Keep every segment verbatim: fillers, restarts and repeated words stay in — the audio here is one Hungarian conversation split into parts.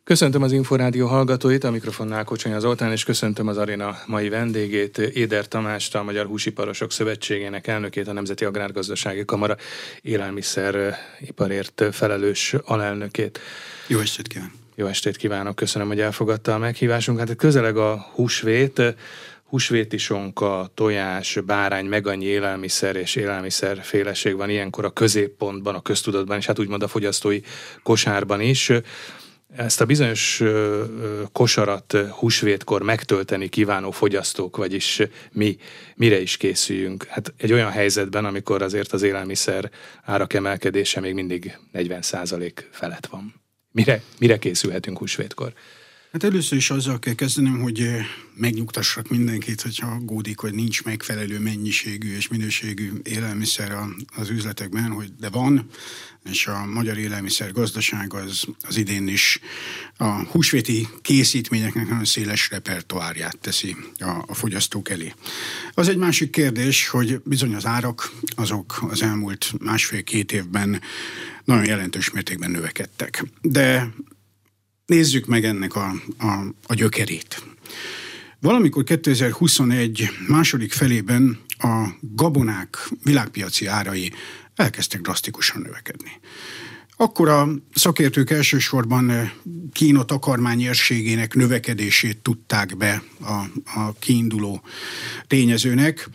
Köszöntöm az Inforádió hallgatóit, a mikrofonnál Kocsonya Zoltán, és köszöntöm az aréna mai vendégét, Éder Tamást, a Magyar Húsiparosok Szövetségének elnökét, a Nemzeti Agrárgazdasági Kamara élelmiszeriparért felelős alelnökét. Jó estét kívánok! Jó estét kívánok, köszönöm, hogy elfogadta a meghívásunkat. Hát közeleg a húsvét, húsvéti sonka, tojás, bárány, meg annyi élelmiszer és élelmiszerféleség van ilyenkor a középpontban, a köztudatban, és hát úgymond a fogyasztói kosárban is. Ezt a bizonyos kosarat húsvétkor megtölteni kívánó fogyasztók, vagyis mi, mire is készüljünk? Hát egy olyan helyzetben, amikor azért az élelmiszer árak emelkedése még mindig negyven százalék felett van. Mire, mire készülhetünk húsvétkor? Hát először is azzal kell kezdenem, hogy megnyugtassak mindenkit, hogyha aggódik, hogy nincs megfelelő mennyiségű és minőségű élelmiszer az üzletekben, hogy de van, és a magyar élelmiszer gazdaság az, az idén is a húsvéti készítményeknek nagyon széles repertoárját teszi a, a fogyasztók elé. Az egy másik kérdés, hogy bizony az árak azok az elmúlt másfél-két évben nagyon jelentős mértékben növekedtek. De nézzük meg ennek a, a, a gyökerét. Valamikor kétezer-huszonegy második felében a gabonák világpiaci árai elkezdtek drasztikusan növekedni. Akkor a szakértők elsősorban Kína takarmányérségének növekedését tudták be a, a kiinduló tényezőnek.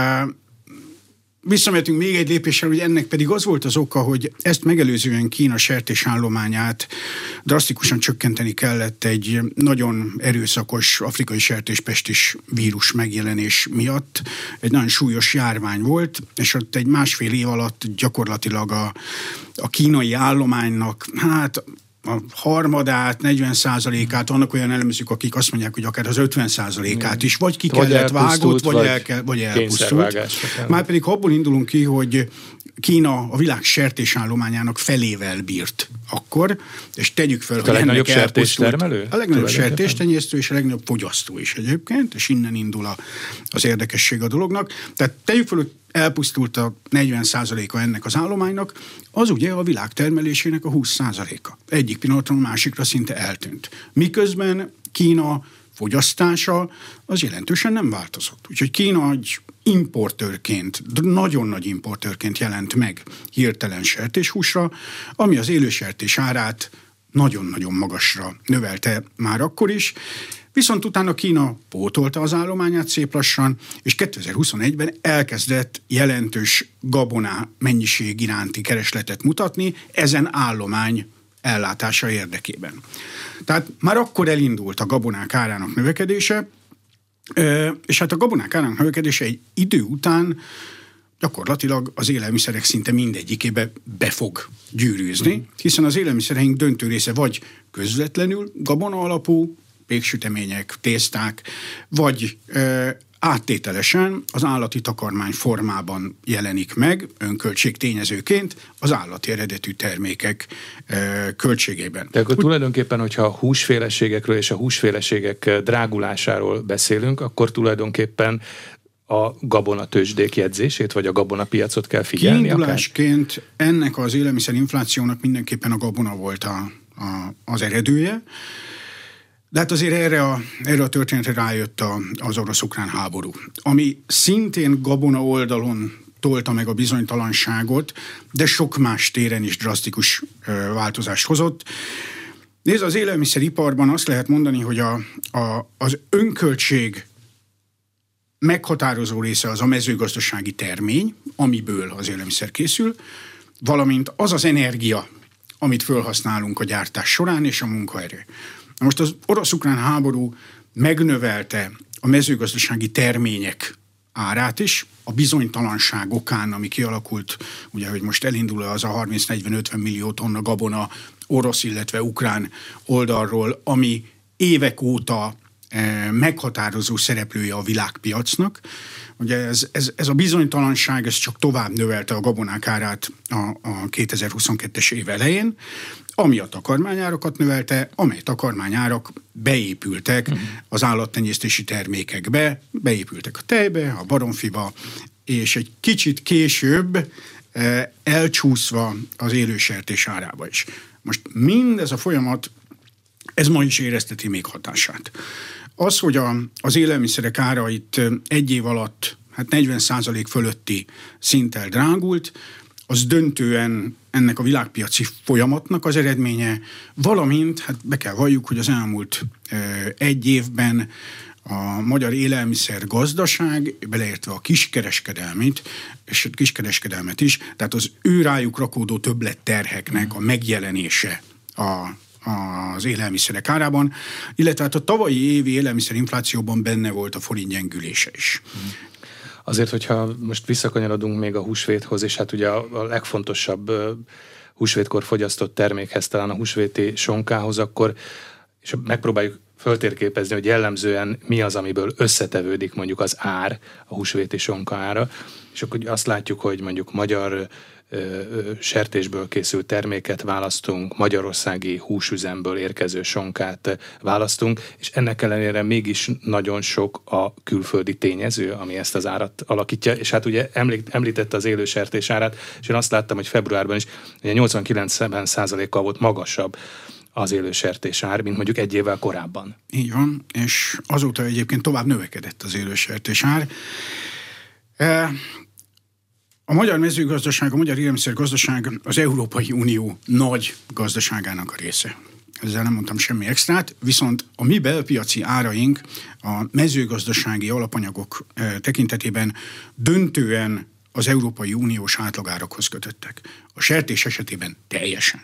Visszamehetünk még egy lépéssel, hogy ennek pedig az volt az oka, hogy ezt megelőzően Kína sertésállományát drasztikusan csökkenteni kellett egy nagyon erőszakos afrikai sertéspestis vírus megjelenés miatt. Egy nagyon súlyos járvány volt, és ott egy másfél év alatt gyakorlatilag a, a kínai állománynak, hát a harmadát, negyven százalékát, vannak olyan elemzők, akik azt mondják, hogy akár az ötven százalékát is, vagy ki vagy kellett vágott, vagy, vagy, el, vagy elpusztult. Márpedig abból indulunk ki, hogy Kína a világ sertésállományának felével bírt akkor, és tegyük fel, hogy a legnagyobb sertéstermelő? A legnagyobb sertéstenyésztő és a legnagyobb fogyasztó is egyébként, és innen indul a, az érdekesség a dolognak. Tehát tegyük fel, hogy elpusztult a negyven százaléka ennek az állománynak, az ugye a világ termelésének a húsz százaléka. Egyik pillanatról másikra szinte eltűnt. Miközben Kína fogyasztása az jelentősen nem változott. Úgyhogy Kína egy importőrként, nagyon nagy importőrként jelent meg hirtelen sertéshúsra, ami az élősertés árát nagyon-nagyon magasra növelte már akkor is. Viszont utána Kína pótolta az állományát szép lassan, és kétezer-huszonegyben elkezdett jelentős gabona mennyiség iránti keresletet mutatni ezen állomány ellátása érdekében. Tehát már akkor elindult a gabonák árának növekedése, és hát a gabonák árának növekedése egy idő után gyakorlatilag az élelmiszerek szinte mindegyikébe be fog gyűrűzni, hiszen az élelmiszereink döntő része vagy közvetlenül gabona alapú, péksütemények, tészták, vagy ö, áttételesen az állati takarmány formában jelenik meg, önköltség tényezőként az állati eredetű termékek ö, költségében. De akkor Úgy, tulajdonképpen, hogyha a húsféleségekről és a húsféleségek drágulásáról beszélünk, akkor tulajdonképpen a gabonatőzsdék jegyzését, vagy a gabonapiacot kell figyelni? Kiindulásként akár? Ennek az élelmiszerinflációnak mindenképpen a gabona volt a, a, az eredője. De hát azért erre a, erre a történetre rájött a, az orosz-ukrán háború, ami szintén gabona oldalon tolta meg a bizonytalanságot, de sok más téren is drasztikus ö, változást hozott. Nézd, az élelmiszeriparban azt lehet mondani, hogy a, a, az önköltség meghatározó része az a mezőgazdasági termény, amiből az élelmiszer készül, valamint az az energia, amit felhasználunk a gyártás során, és a munkaerő. Most az orosz-ukrán háború megnövelte a mezőgazdasági termények árát is, a bizonytalanság okán, ami kialakult, ugye, hogy most elindul az a harminc-negyven-ötven millió tonna gabona orosz, illetve ukrán oldalról, ami évek óta eh, meghatározó szereplője a világpiacnak. Ugye ez, ez, ez a bizonytalanság ez csak tovább növelte a gabonák árát a, a kétezer-huszonkettes év elején, ami a takarmányárakat növelte, amely takarmányárak beépültek az állattenyésztési termékekbe, beépültek a tejbe, a baromfiba, és egy kicsit később elcsúszva az élősertés árába is. Most mindez a folyamat Ez ma is érezteti még hatását. Az, hogy a, az élelmiszerek ára itt egy év alatt hát negyven százalék fölötti szinttel drágult, az döntően ennek a világpiaci folyamatnak az eredménye, valamint, hát be kell valljuk, hogy az elmúlt egy évben a magyar élelmiszer gazdaság, beleértve a kiskereskedelmét, és a kiskereskedelmet is, tehát az ő rájuk rakódó többletterheknek a megjelenése a az élelmiszerek árában, illetve hát a tavalyi évi élelmiszerinflációban benne volt a forint gyengülése is. Azért, hogyha most visszakanyarodunk még a húsvéthoz, és hát ugye a, a legfontosabb uh, húsvétkor fogyasztott termékhez, talán a húsvéti sonkához, akkor és megpróbáljuk föltérképezni, hogy jellemzően mi az, amiből összetevődik mondjuk az ár, a húsvéti sonka ára, és akkor azt látjuk, hogy mondjuk magyar sertésből készült terméket választunk, magyarországi húsüzemből érkező sonkát választunk, és ennek ellenére mégis nagyon sok a külföldi tényező, ami ezt az árat alakítja, és hát ugye említette az élő sertés árát, és én azt láttam, hogy februárban is ugye nyolcvankilenc százalékkal volt magasabb az élő sertés ár, mint mondjuk egy évvel korábban. Így van, és azóta egyébként tovább növekedett az élő sertés ár. E- A magyar mezőgazdaság, a magyar élelmiszergazdaság az Európai Unió nagy gazdaságának a része. Ezzel nem mondtam semmi extrát, viszont a mi belpiaci áraink a mezőgazdasági alapanyagok tekintetében döntően az Európai Uniós átlagárakhoz kötöttek. A sertés esetében teljesen.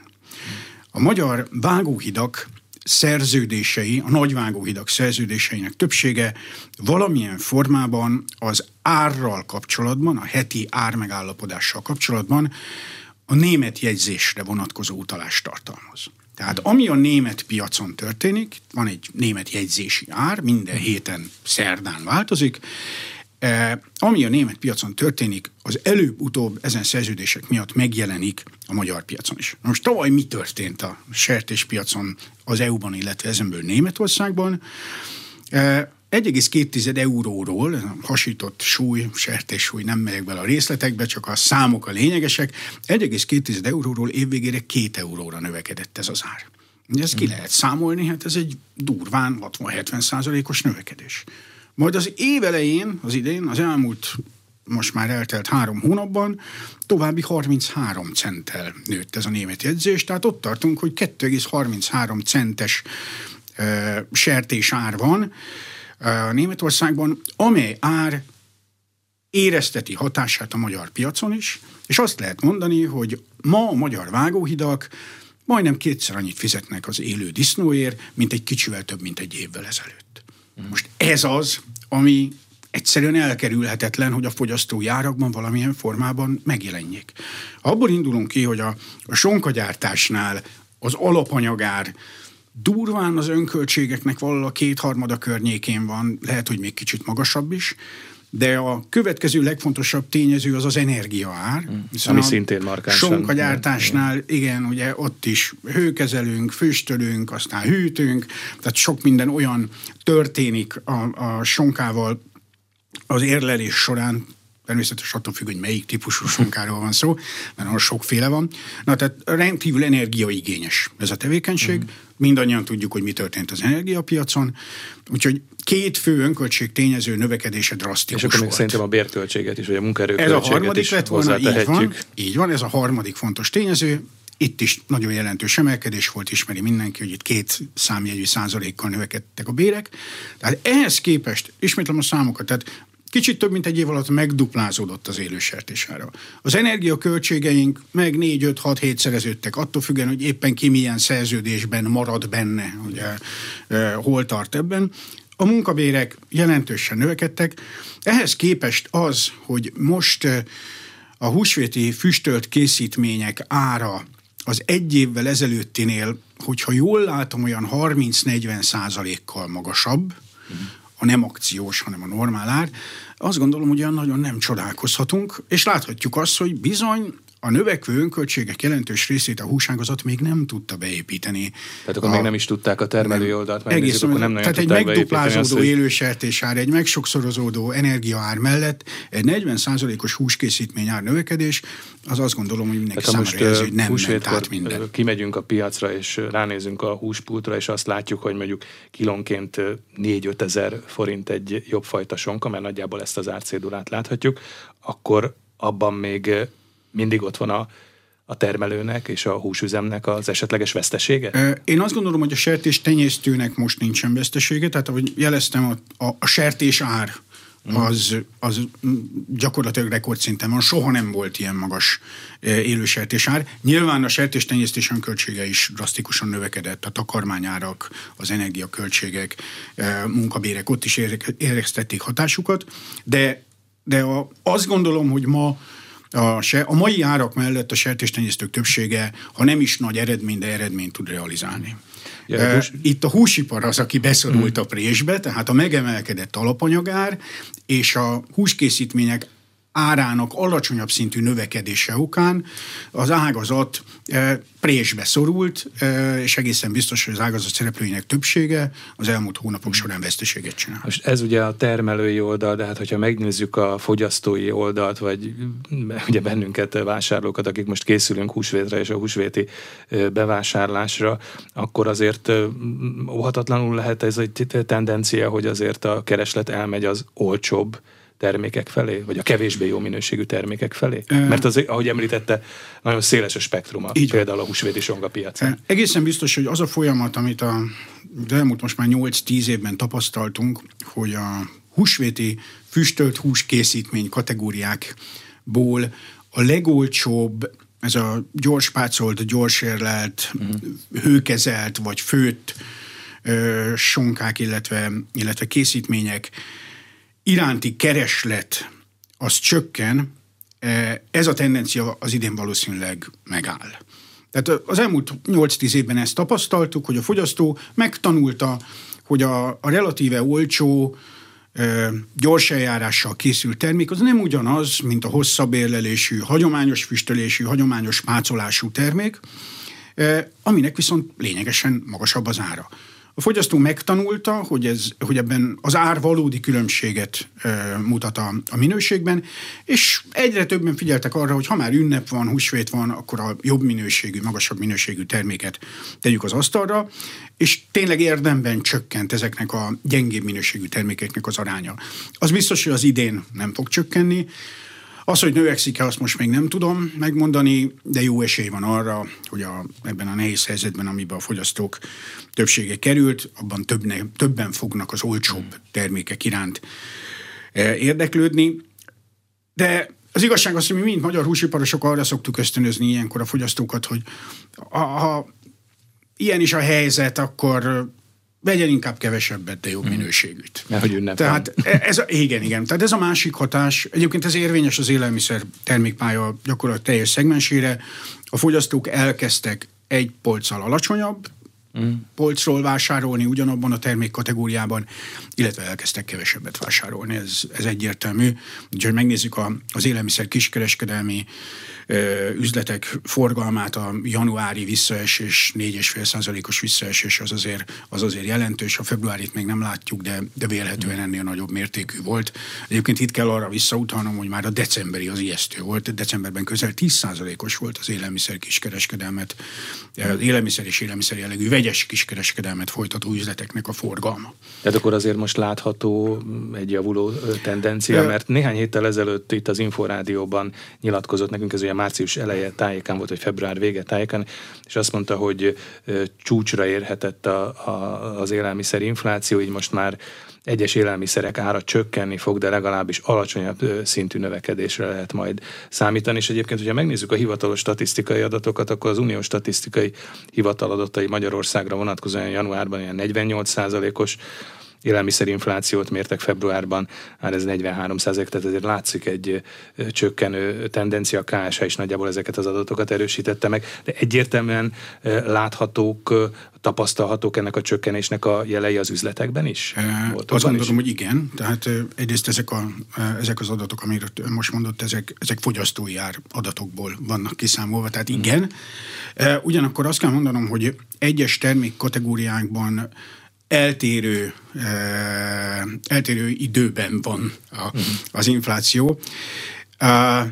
A magyar vágóhidak szerződései, a nagy vágóhidak szerződéseinek többsége valamilyen formában az árral kapcsolatban, a heti ármegállapodással kapcsolatban a német jegyzésre vonatkozó utalást tartalmaz. Tehát ami a német piacon történik, van egy német jegyzési ár, minden héten szerdán változik, Eh, ami a német piacon történik, az előbb-utóbb ezen szerződések miatt megjelenik a magyar piacon is. Most tavaly mi történt a sertéspiacon az é u-ban, illetve ezenből Németországban? Eh, egy egész két euróról, hasított súly, sertéssúly, nem megyek bele a részletekbe, csak a számok a lényegesek, egy egész két euróról évvégére két euróra növekedett ez az ár. Ugye ezt ki lehet számolni, hát ez egy durván hatvan-hetven százalékos növekedés. Majd az év elején, az idén, az elmúlt, most már eltelt három hónapban, további harminchárom centtel nőtt ez a német jegyzés, tehát ott tartunk, hogy két egész harminchárom centes e, sertés ár van e, Németországban, amely ár érezteti hatását a magyar piacon is, és azt lehet mondani, hogy ma a magyar vágóhidak majdnem kétszer annyit fizetnek az élő disznóért, mint egy kicsivel több, mint egy évvel ezelőtt. Most ez az, ami egyszerűen elkerülhetetlen, hogy a fogyasztói árakban valamilyen formában megjelenjék. Abból indulunk ki, hogy a, a sonkagyártásnál az alapanyagár durván az önköltségeknek valahol a kétharmada környékén van, lehet, hogy még kicsit magasabb is, de a következő legfontosabb tényező az az energiaár. Mm, ami szintén markánsan. Sonkagyártásnál, igen, ugye ott is hőkezelünk, füstölünk, aztán hűtünk, tehát sok minden olyan történik a, a sonkával az érlelés során, természetesen attól függ, hogy melyik típusú sonkáról van szó, mert olyan sokféle van. Na, tehát rendkívül energiaigényes ez a tevékenység. Mm. Mindannyian tudjuk, hogy mi történt az energiapiacon. Úgyhogy két fő önköltség tényező növekedése drasztikus volt. És akkor még szerintem a bérköltséget is, vagy a munkaerőköltséget is ez a harmadik lett volna, így van, így van, ez a harmadik fontos tényező. Itt is nagyon jelentős emelkedés volt, ismeri mindenki, hogy itt két számjegyű százalékkal növekedtek a bérek. Tehát ehhez képest, ismétlem a számokat, tehát kicsit több mint egy év alatt megduplázódott az élő sertésára. Az energiaköltségeink meg négy öt hat hétszereződtek, attól függően, hogy éppen ki milyen szerződésben marad benne, ugye, e, hol tart ebben. A munkabérek jelentősen növekedtek. Ehhez képest az, hogy most a húsvéti füstölt készítmények ára az egy évvel ezelőttinél, hogyha jól látom, olyan harminc-negyven százalékkal magasabb, mm. a nem akciós, hanem a normál ár, azt gondolom, hogy olyan nagyon nem csodálkozhatunk, és láthatjuk azt, hogy bizony a növekvő önköltségek jelentős részét a húságazat még nem tudta beépíteni. Tehát akkor a, még nem is tudták a termelői oldalt megnézni, egész, akkor nem nagyon tehát egy megduplázódó élősertésár, egy megsokszorozódó energiaár mellett egy negyven százalékos húskészítményár növekedés, az azt gondolom, hogy mindenki tehát számára jelző, hogy nem ment át minden. minden. Kimegyünk a piacra, és ránézünk a húspultra, és azt látjuk, hogy mondjuk kilónként négy-öt ezer forint egy jobbfajta sonka, mert nagyjából ezt az árcédulát láthatjuk, akkor abban még mindig ott van a, a termelőnek és a húsüzemnek az esetleges vesztesége? Én azt gondolom, hogy a sertés tenyésztőnek most nincsen vesztesége, tehát ahogy jeleztem, a, a, a sertés ár az, az gyakorlatilag rekordszinten van, soha nem volt ilyen magas élősertés ár. Nyilván a sertés tenyésztés önköltsége is drasztikusan növekedett, a takarmányárak, az energiaköltségek, munkabérek ott is éreztették hatásukat, de, de a, azt gondolom, hogy ma A, se, a mai árak mellett a sertéstenyésztők többsége, ha nem is nagy eredmény, de eredményt tud realizálni. Ja, hús... Itt a húsipar az, aki beszorult mm. a présbe, tehát a megemelkedett alapanyagár és a húskészítmények árának alacsonyabb szintű növekedése okán az ágazat e, présbe szorult, e, és egészen biztos, hogy az ágazat szereplőinek többsége az elmúlt hónapok során veszteséget csinál. Most ez ugye a termelői oldal, de hát hogyha megnézzük a fogyasztói oldalt, vagy ugye bennünket, vásárlókat, akik most készülünk húsvétre és a húsvéti bevásárlásra, akkor azért óhatatlanul lehet ez egy tendencia, hogy azért a kereslet elmegy az olcsóbb termékek felé, vagy a kevésbé jó minőségű termékek felé? Mert az, ahogy említette, nagyon széles a spektruma, így például a húsvéti songa piacán. Egészen biztos, hogy az a folyamat, amit a elmúlt most már nyolc-tíz évben tapasztaltunk, hogy a húsvéti füstölt húskészítmény kategóriákból a legolcsóbb, ez a gyorspácolt, gyorsérlelt, uh-huh. hőkezelt vagy főtt ö, sonkák, illetve, illetve készítmények iránti kereslet az csökken, ez a tendencia az idén valószínűleg megáll. Tehát az elmúlt nyolc-tíz évben ezt tapasztaltuk, hogy a fogyasztó megtanulta, hogy a, a relatíve olcsó, gyors eljárással készült termék az nem ugyanaz, mint a hosszabb érlelésű, hagyományos füstölésű, hagyományos pácolású termék, aminek viszont lényegesen magasabb az ára. A fogyasztó megtanulta, hogy, ez, hogy ebben az ár valódi különbséget e, mutat a, a minőségben, és egyre többen figyeltek arra, hogy ha már ünnep van, húsvét van, akkor a jobb minőségű, magasabb minőségű terméket tegyük az asztalra, és tényleg érdemben csökkent ezeknek a gyengébb minőségű termékeknek az aránya. Az biztos, hogy az idén nem fog csökkenni. Az, hogy növekszik-e, azt most még nem tudom megmondani, de jó esély van arra, hogy a, ebben a nehéz helyzetben, amiben a fogyasztók többsége került, abban többne, többen fognak az olcsóbb termékek iránt érdeklődni. De az igazság az, hogy mi mind magyar húsiparosok arra szoktuk ösztönözni ilyenkor a fogyasztókat, hogy ha ilyen is a helyzet, akkor vegyen inkább kevesebbet, de jobb hmm. minőségűt. Mert hogy ünnep Tehát ez a, igen, igen. Tehát ez a másik hatás. Egyébként ez érvényes az élelmiszer termékpálya gyakorlatilag teljes szegmensére. A fogyasztók elkezdtek egy polccal alacsonyabb hmm. polcról vásárolni ugyanabban a termékkategóriában, illetve elkezdtek kevesebbet vásárolni. Ez, ez egyértelmű. Úgyhogy megnézzük a, az élelmiszer kiskereskedelmi ö, üzletek forgalmát, a januári visszaesés, négy egész öt százalékos visszaesés az azért, az azért jelentős. A februárit még nem látjuk, de, de vélhetően ennél nagyobb mértékű volt. Egyébként itt kell arra visszautalnom, hogy már a decemberi az ijesztő volt. Decemberben közel tíz százalékos volt az élelmiszer kiskereskedelmet, az élelmiszer és élelmiszer jellegű vegyes kiskereskedelmet folytató üzleteknek a forgalma. Tehát akkor azért most látható egy javuló tendencia, mert néhány héttel ezelőtt itt az Inforádióban nyilatkozott nekünk, ez ugye március eleje tájékán volt, vagy február vége tájékán, és azt mondta, hogy csúcsra érhetett a, a, az élelmiszerinfláció, így most már egyes élelmiszerek ára csökkenni fog, de legalábbis alacsonyabb szintű növekedésre lehet majd számítani. És egyébként, hogyha megnézzük a hivatalos statisztikai adatokat, akkor az Uniós Statisztikai Hivatal adatai Magyarországra vonatkozóan januárban ilyen negyvennyolc százalékos élelmiszerinflációt mértek februárban, már ez negyvenhárom százalék, tehát azért látszik egy csökkenő tendencia, a ká es há is nagyjából ezeket az adatokat erősítette meg, de egyértelműen láthatók, tapasztalhatók ennek a csökkenésnek a jelei az üzletekben is? E, azt gondolom, hogy igen. Tehát egyrészt ezek, a, ezek az adatok, amiről most mondott, ezek, ezek fogyasztói ár adatokból vannak kiszámolva, tehát igen. E, ugyanakkor azt kell mondanom, hogy egyes termékkategóriákban eltérő, e, eltérő időben van a, az infláció. E,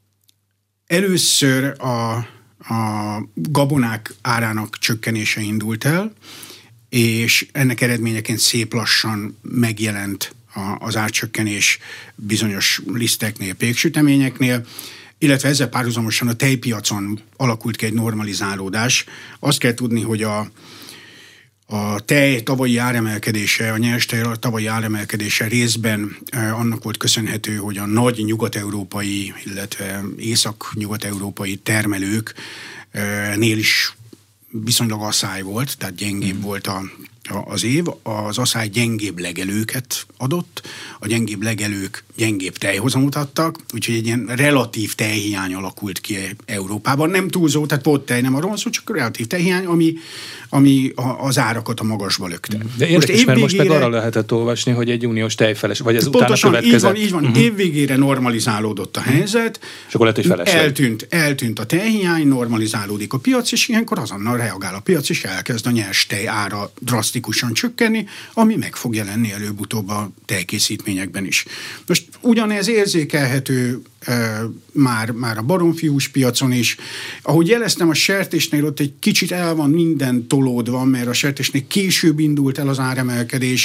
először a a gabonák árának csökkenése indult el, és ennek eredményeként szép lassan megjelent az árcsökkenés bizonyos liszteknél, péksüteményeknél, illetve ezzel párhuzamosan a tejpiacon alakult ki egy normalizálódás. Azt kell tudni, hogy a A tej tavalyi áremelkedése, a nyerstej tavalyi áremelkedése részben annak volt köszönhető, hogy a nagy nyugat-európai, illetve észak-nyugat-európai termelőknél is viszonylag asszály volt, tehát gyengébb mm. volt a, a, az év. Az asszály gyengébb legelőket adott, a gyengébb legelők gyengébb tejhozamot adtak, úgyhogy egy ilyen relatív tejhiány alakult ki Európában. Nem túlzó, tehát volt tej, nem arról van szó, csak relatív tejhiány, ami, ami az árakat a magasba lökte. De érdekes, most mert végére, most meg arra lehetett olvasni, hogy egy uniós tejfeles, vagy ez pontosan, utána következett. Így van, így van. Uh-huh. Évvégére normalizálódott a helyzet. És akkor lehet, hogy felesleg. Eltűnt, eltűnt a tejhiány, normalizálódik a piac, és ilyenkor azonnal reagál a piac, és elkezd a nyers tej ára drasztikusan csökkenni, ami meg fog jelenni előbb-utóbb a tejkészítményekben is. Most ugyanez érzékelhető e, már, már a baromfiús piacon is. Ahogy jeleztem, a sertésnél ott egy kicsit el van minden tolódva, mert a sertésnél később indult el az áremelkedés,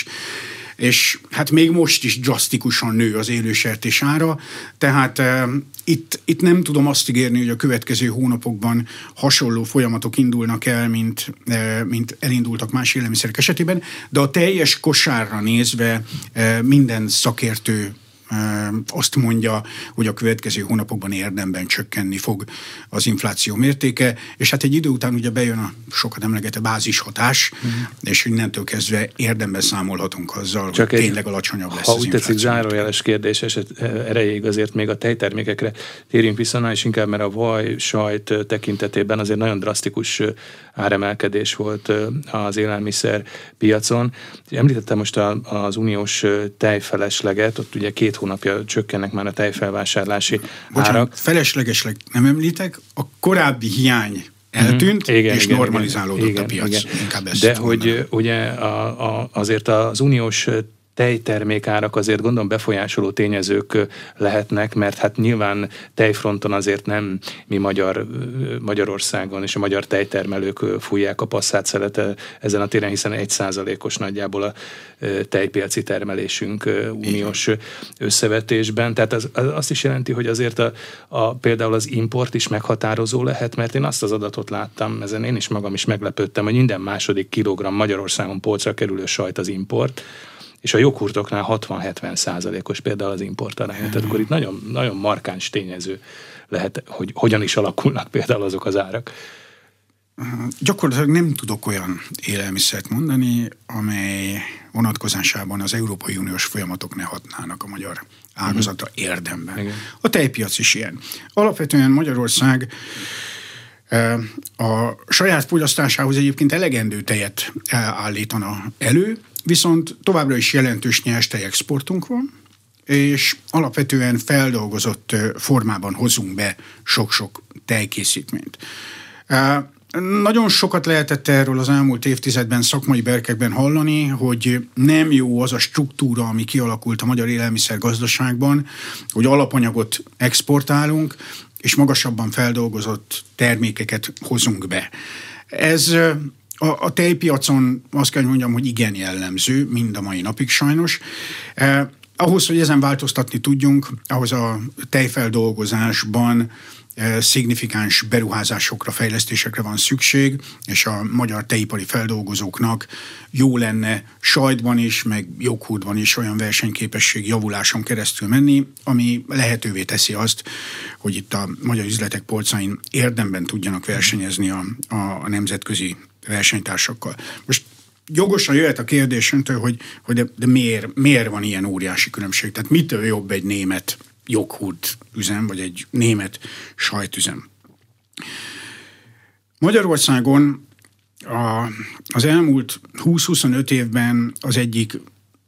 és hát még most is drasztikusan nő az élősertés ára, tehát e, itt, itt nem tudom azt ígérni, hogy a következő hónapokban hasonló folyamatok indulnak el, mint, e, mint elindultak más élelmiszerek esetében, de a teljes kosárra nézve e, minden szakértő azt mondja, hogy a következő hónapokban érdemben csökkenni fog az infláció mértéke, és hát egy idő után ugye bejön a sokat emlegetett bázishatás, uh-huh. és innentől kezdve érdemben számolhatunk azzal, Csak hogy tényleg alacsonyabb lesz ha az infláció. Ha úgy tetszik, zárójeles kérdés eset erejéig azért még a tejtermékekre térjünk vissza, és inkább, mert a vaj, sajt tekintetében azért nagyon drasztikus áremelkedés volt az élelmiszer piacon. Említettem most az uniós tejfelesleget, ott ugye két hónapja csökkennek már a tejfelvásárlási Bocsánat, árak. Feleslegesleg nem említek, a korábbi hiány eltűnt, mm-hmm. igen, és igen, normalizálódott igen, a piac. Igen. Inkább ezt De hogy mondanom. Ugye a, a, azért az uniós tejtermékárak azért gondolom befolyásoló tényezők lehetnek, mert hát nyilván tejfronton azért nem mi Magyar, Magyarországon és a magyar tejtermelők fújják a passzát ezen a téren, hiszen egy százalékos nagyjából a tejpiaci termelésünk uniós összevetésben. Tehát az, az azt is jelenti, hogy azért a, a, például az import is meghatározó lehet, mert én azt az adatot láttam, ezen én is magam is meglepődtem, hogy minden második kilogramm Magyarországon polcra kerülő sajt az import, és a joghurtoknál hatvan-hetven százalékos például az importarány. Tehát akkor itt nagyon, nagyon markáns tényező lehet, hogy hogyan is alakulnak például azok az árak. Gyakorlatilag nem tudok olyan élelmiszert mondani, amely vonatkozásában az Európai Uniós folyamatok ne hatnának a magyar ágazatra uh-huh. érdemben. Igen. A tejpiac is ilyen. Alapvetően Magyarország a saját fogyasztásához egyébként elegendő tejet állítana elő, viszont továbbra is jelentős nyerstej exportunk van, és alapvetően feldolgozott formában hozunk be sok-sok tejkészítményt. Nagyon sokat lehetett erről az elmúlt évtizedben szakmai berkekben hallani, hogy nem jó az a struktúra, ami kialakult a magyar élelmiszergazdaságban, hogy alapanyagot exportálunk, és magasabban feldolgozott termékeket hozunk be. Ez a, a tejpiacon azt kell mondjam, hogy igen jellemző, mind a mai napig sajnos. Eh, ahhoz, hogy ezen változtatni tudjunk, ahhoz a tejfeldolgozásban eh, szignifikáns beruházásokra, fejlesztésekre van szükség, és a magyar tejipari feldolgozóknak jó lenne sajtban is, meg joghurtban is olyan versenyképesség javuláson keresztül menni, ami lehetővé teszi azt, hogy itt a magyar üzletek polcain érdemben tudjanak versenyezni a, a, a nemzetközi versenytársakkal. Most jogosan jöhet a kérdés öntől, hogy, hogy de, de miért, miért van ilyen óriási különbség? Tehát mitől jobb egy német joghurt üzem, vagy egy német sajtüzem? Magyarországon a, az elmúlt húsz-huszonöt évben az egyik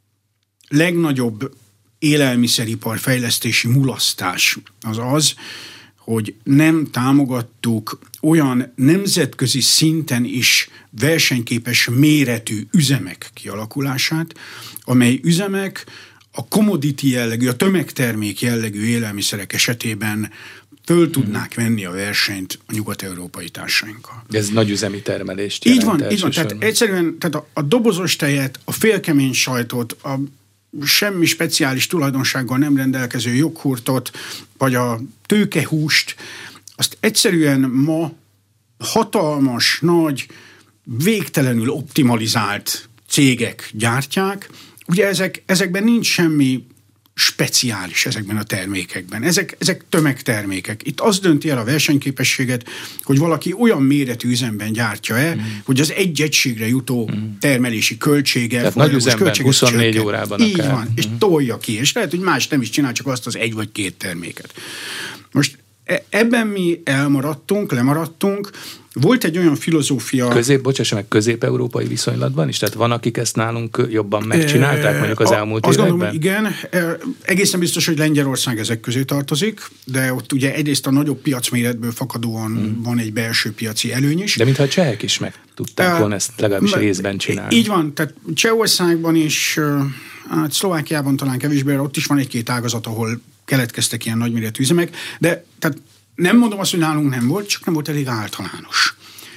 legnagyobb élelmiszeripar fejlesztési mulasztás az az, hogy nem támogattuk olyan nemzetközi szinten is versenyképes méretű üzemek kialakulását, amely üzemek a commodity jellegű, a tömegtermék jellegű élelmiszerek esetében föl tudnák venni a versenyt a nyugat-európai társainkkal. Ez nagyüzemi termelést jelent. Így van, így van. Tehát egyszerűen tehát a, a dobozos tejet, a félkemény sajtot, a semmi speciális tulajdonsággal nem rendelkező joghurtot, vagy a tőkehúst, azt egyszerűen ma hatalmas, nagy, végtelenül optimalizált cégek gyártják. Ugye ezek, ezekben nincs semmi speciális ezekben a termékekben. Ezek, ezek tömegtermékek. Itt az dönti el a versenyképességet, hogy valaki olyan méretű üzemben gyártja-e, mm. hogy az egy egységre jutó mm. termelési költsége, tehát nagy üzemben, huszonnégy csökken. órában Így akár. van, mm. és tolja ki, és lehet, hogy más nem is csinál, csak azt az egy vagy két terméket. Most ebben mi elmaradtunk, lemaradtunk. Volt egy olyan filozófia... Közép, bocsássa meg, közép-európai viszonylatban is? Tehát van, akik ezt nálunk jobban megcsinálták, mondjuk az elmúlt azt években? Azt gondolom, igen. Egészen biztos, hogy Lengyelország ezek közé tartozik, de ott ugye egyrészt a nagyobb piacméretből fakadóan hmm. van egy belső piaci előny is. De mintha a csehek is meg tudták volna ezt legalábbis részben csinálni. Így van, tehát Csehországban is, hát Szlovákiában talán kevésbé, ott is van egy-két ágazat, ahol keletkeztek ilyen nagyméretű üzemek, de tehát nem mondom azt, hogy nálunk nem volt, csak nem volt elég általános.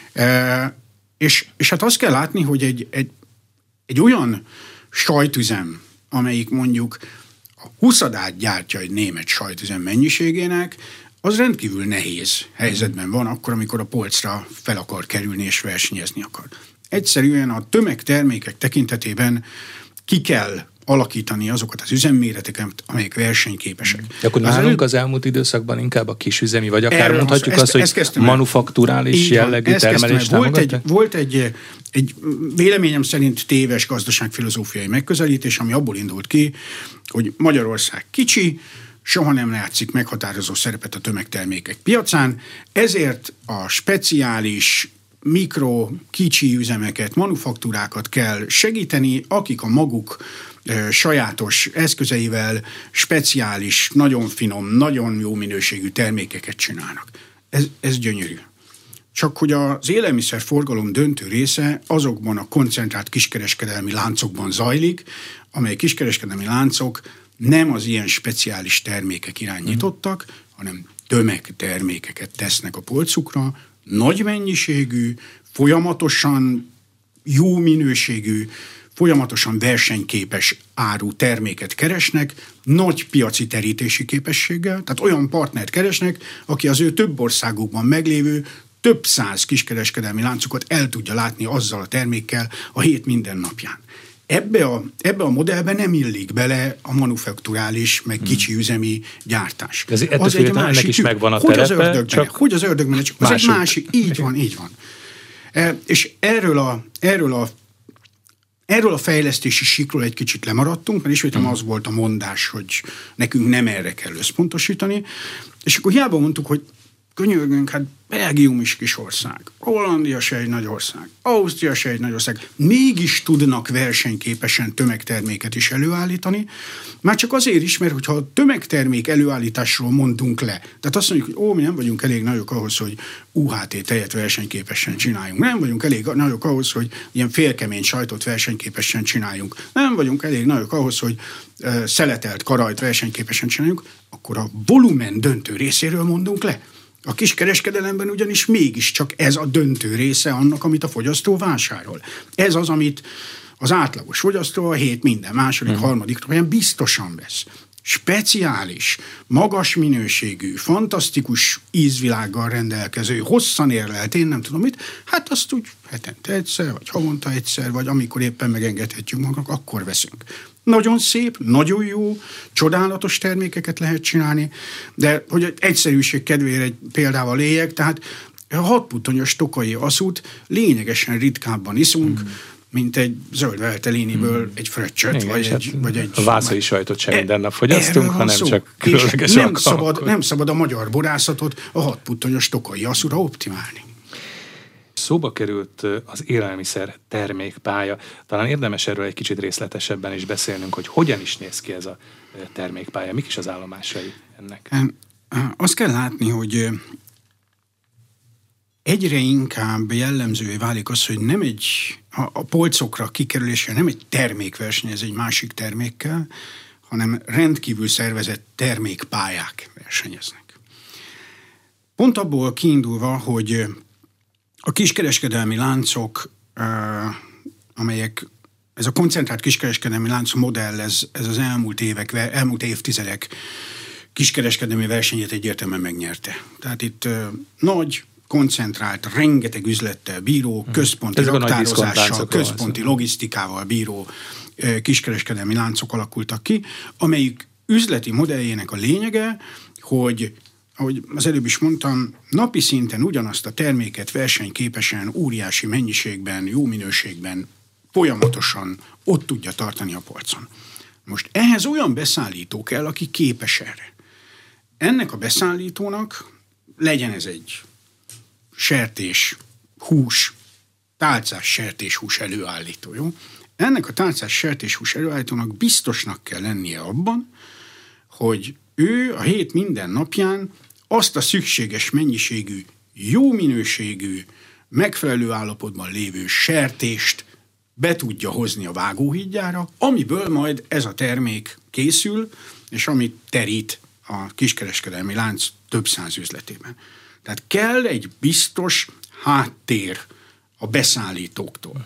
E, és, és hát azt kell látni, hogy egy, egy, egy olyan sajtüzem, amelyik mondjuk a huszadát gyártja egy német sajtüzem mennyiségének, az rendkívül nehéz helyzetben van akkor, amikor a polcra fel akar kerülni és versenyezni akar. Egyszerűen a tömegtermékek tekintetében ki kell alakítani azokat az üzemméreteket, amelyek versenyképesek. De akkor nálunk előbb... az elmúlt időszakban inkább a kisüzemi, vagy akár erről mondhatjuk azt, ezt, azt hogy manufakturális jellegű termelés volt egy, volt egy, egy véleményem szerint téves gazdaságfilozófiai megközelítés, ami abból indult ki, hogy Magyarország kicsi, soha nem játszik meghatározó szerepet a tömegtermékek piacán, ezért a speciális mikro, kicsi üzemeket, manufaktúrákat kell segíteni, akik a maguk e, sajátos eszközeivel speciális, nagyon finom, nagyon jó minőségű termékeket csinálnak. Ez, ez gyönyörű. Csak hogy az élelmiszerforgalom döntő része azokban a koncentrált kiskereskedelmi láncokban zajlik, amely kiskereskedelmi láncok nem az ilyen speciális termékek irányítottak, mm. hanem tömegtermékeket tesznek a polcukra, nagy mennyiségű, folyamatosan jó minőségű, folyamatosan versenyképes áru terméket keresnek, nagy piaci terítési képességgel, tehát olyan partnert keresnek, aki az ő több országokban meglévő több száz kiskereskedelmi láncokat el tudja látni azzal a termékkel a hét minden napján. Ebbe a, ebbe a modellbe nem illik bele a manufakturális, meg kicsi üzemi gyártás. Ez az egy másik, ennek is megvan a hogy terepe, az ördög csak hogy az ördög menet, csak az egy másik, így van, így van. E, és erről a, erről a Erről a fejlesztési síkról egy kicsit lemaradtunk, mert ismétlem az volt a mondás, hogy nekünk nem erre kell összpontosítani, és akkor hiába mondtuk, hogy könyörgünk, hát Belgium is kis ország, Hollandia se egy nagy ország, Ausztria se egy nagy ország, mégis tudnak versenyképesen tömegterméket is előállítani, már csak azért is, mert hogyha a tömegtermék előállításról mondunk le, tehát azt mondjuk, hogy ó, mi nem vagyunk elég nagyok ahhoz, hogy u há té tejet versenyképesen csináljunk, nem vagyunk elég nagyok ahhoz, hogy ilyen félkemény sajtot versenyképesen csináljunk, nem vagyunk elég nagyok ahhoz, hogy uh, szeletelt karajt versenyképesen csináljunk, akkor a volumen döntő részéről mondunk le. A kiskereskedelemben ugyanis mégiscsak ez a döntő része annak, amit a fogyasztó vásárol. Ez az, amit az átlagos fogyasztó a hét minden második, uh-huh. harmadik olyan biztosan vesz. Speciális, magas minőségű, fantasztikus ízvilággal rendelkező, hosszan érlelt, én nem tudom mit, hát azt úgy hetente egyszer, vagy havonta egyszer, vagy amikor éppen megengedhetjük magunknak, akkor veszünk. Nagyon szép, nagyon jó, csodálatos termékeket lehet csinálni, de hogy egyszerűség kedvére egy példával éljek, tehát a hatputtonyos tokai aszút lényegesen ritkábban iszunk, mm. mint egy zöld velteléniből egy fröccsöt, vagy, hát egy, vagy egy... A vászai sajtot sem minden nap fogyasztunk, hanem szó. csak különleges nem szabad, nem szabad a magyar borászatot a hatputtonyos tokai asszúra optimálni. Szóba került az élelmiszer termékpálya. Talán érdemes erről egy kicsit részletesebben is beszélnünk, hogy hogyan is néz ki ez a termékpálya, mik is az állomásai ennek? Azt kell látni, hogy egyre inkább jellemzővé válik az, hogy nem egy, a, a polcokra kikerülése nem egy termékverseny, ez egy másik termékkel, hanem rendkívül szervezett termékpályák versenyeznek. Pont abból kiindulva, hogy a kiskereskedelmi láncok, amelyek, ez a koncentrált kiskereskedelmi lánc modell, ez, ez az elmúlt évek, elmúlt évtizedek kiskereskedelmi versenyét egyértelműen megnyerte. Tehát itt nagy, koncentrált, rengeteg üzlettel bíró, központi raktározással, központi logisztikával bíró kiskereskedelmi láncok alakultak ki, amelyik üzleti modelljének a lényege, hogy ahogy az előbb is mondtam, napi szinten ugyanazt a terméket versenyképesen, óriási mennyiségben, jó minőségben, folyamatosan ott tudja tartani a polcon. Most ehhez olyan beszállító kell, aki képes erre. Ennek a beszállítónak legyen ez egy sertés, hús, tálcás sertéshús előállító, jó? Ennek a tálcás sertéshús előállítónak biztosnak kell lennie abban, hogy ő a hét minden napján azt a szükséges mennyiségű, jó minőségű, megfelelő állapotban lévő sertést be tudja hozni a vágóhídjára, amiből majd ez a termék készül, és amit terít a kiskereskedelmi lánc több száz üzletében. Tehát kell egy biztos háttér a beszállítóktól.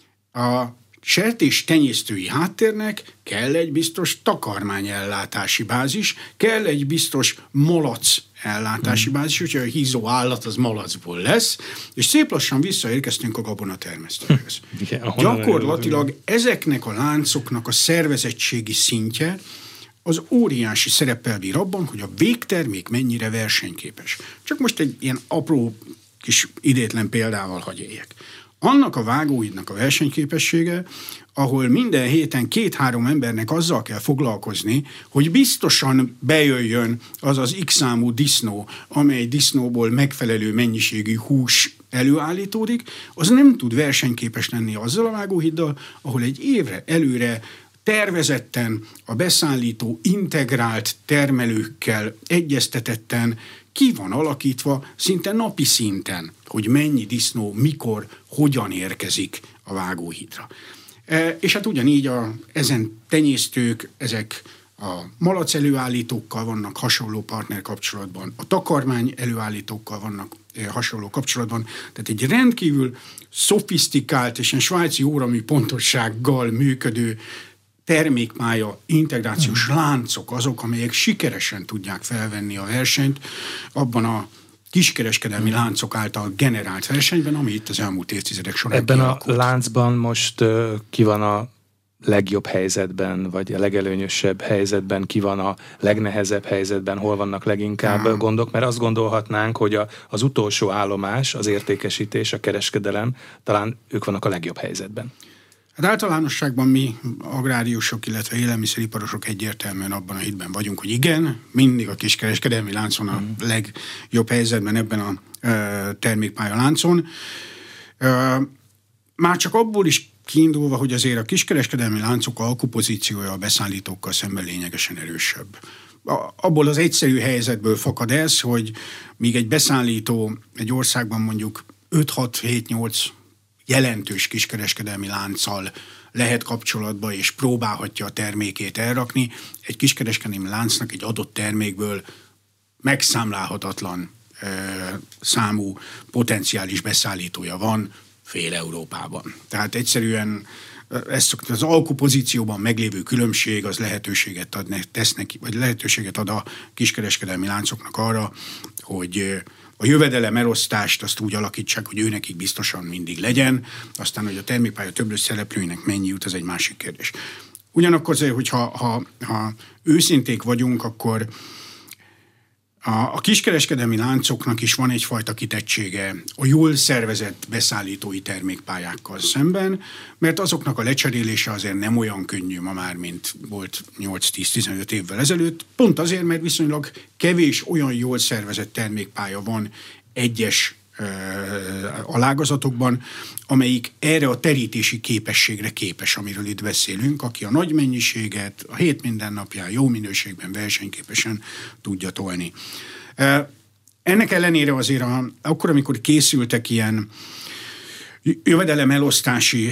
A sertés tenyésztői háttérnek kell egy biztos takarmányellátási bázis, kell egy biztos malac ellátási mm. bázis, úgyhogy a hízó állat az malacból lesz, és szép lassan visszaérkeztünk a gabonatermesztőhöz. Igen, gyakorlatilag ezeknek a láncoknak a szervezettségi szintje az óriási szereppel bír abban, hogy a végtermék mennyire versenyképes. Csak most egy ilyen apró kis idétlen példával hagy éljek. Annak a vágóhídnak a versenyképessége, ahol minden héten két-három embernek azzal kell foglalkozni, hogy biztosan bejöjjön az az X számú disznó, amely disznóból megfelelő mennyiségű hús előállítódik, az nem tud versenyképes lenni azzal a vágóhíddal, ahol egy évre előre tervezetten a beszállító integrált termelőkkel egyeztetetten ki van alakítva szinte napi szinten, hogy mennyi disznó, mikor, hogyan érkezik a vágóhídra. E, és hát ugyanígy a, ezen tenyésztők, ezek a malac előállítókkal vannak hasonló partner kapcsolatban, a takarmány előállítókkal vannak e, hasonló kapcsolatban, tehát egy rendkívül szofisztikált és egy svájci óramű pontossággal működő termékpálya, integrációs mm. láncok azok, amelyek sikeresen tudják felvenni a versenyt abban a kiskereskedelmi mm. láncok által generált versenyben, ami itt az elmúlt évtizedek során Ebben kialakult. A láncban most uh, ki van a legjobb helyzetben, vagy a legelőnyösebb helyzetben, ki van a legnehezebb helyzetben, hol vannak leginkább ah. gondok, mert azt gondolhatnánk, hogy a, az utolsó állomás, az értékesítés, a kereskedelem, talán ők vannak a legjobb helyzetben. Hát általánosságban mi agráriusok, illetve élelmiszeriparosok egyértelműen abban a hitben vagyunk, hogy igen, mindig a kiskereskedelmi láncon a mm. legjobb helyzetben ebben a e, termékpálya láncon. E, már csak abból is kiindulva, hogy azért a kiskereskedelmi láncok alkupozíciója a beszállítókkal szemben lényegesen erősebb. A, abból az egyszerű helyzetből fakad ez, hogy míg egy beszállító egy országban mondjuk öt-hat-hét-nyolc jelentős kiskereskedelmi lánccal lehet kapcsolatba, és próbálhatja a termékét elrakni. Egy kiskereskedelmi láncnak egy adott termékből megszámlálhatatlan e, számú potenciális beszállítója van fél Európában. Tehát egyszerűen ezt az alkupozícióban meglévő különbség az lehetőséget ad, tesz neki, vagy lehetőséget ad a kiskereskedelmi láncoknak arra, hogy a jövedelem elosztást azt úgy alakítsák, hogy őnekik biztosan mindig legyen, aztán, hogy a termékpálya több szereplőinek mennyi jut, az egy másik kérdés. Ugyanakkor azért, hogyha ha, ha őszinték vagyunk, akkor A, a kiskereskedelmi láncoknak is van egyfajta kitettsége a jól szervezett beszállítói termékpályákkal szemben, mert azoknak a lecserélése azért nem olyan könnyű ma már, mint volt nyolc-tíz-tizenöt évvel ezelőtt. Pont azért, mert viszonylag kevés olyan jól szervezett termékpálya van egyes alágazatokban, amelyik erre a terítési képességre képes, amiről itt beszélünk, aki a nagy mennyiséget a hét mindennapján jó minőségben versenyképesen tudja tolni. Ennek ellenére azért a, akkor, amikor készültek ilyen jövedelem elosztási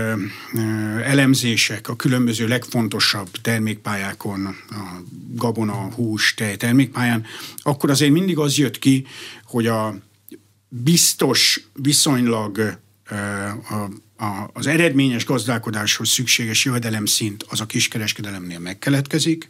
elemzések a különböző legfontosabb termékpályákon, a gabona, hús, tej termékpályán, akkor azért mindig az jött ki, hogy a biztos viszonylag a, a, az eredményes gazdálkodáshoz szükséges jövedelemszint az a kiskereskedelemnél megkeletkezik,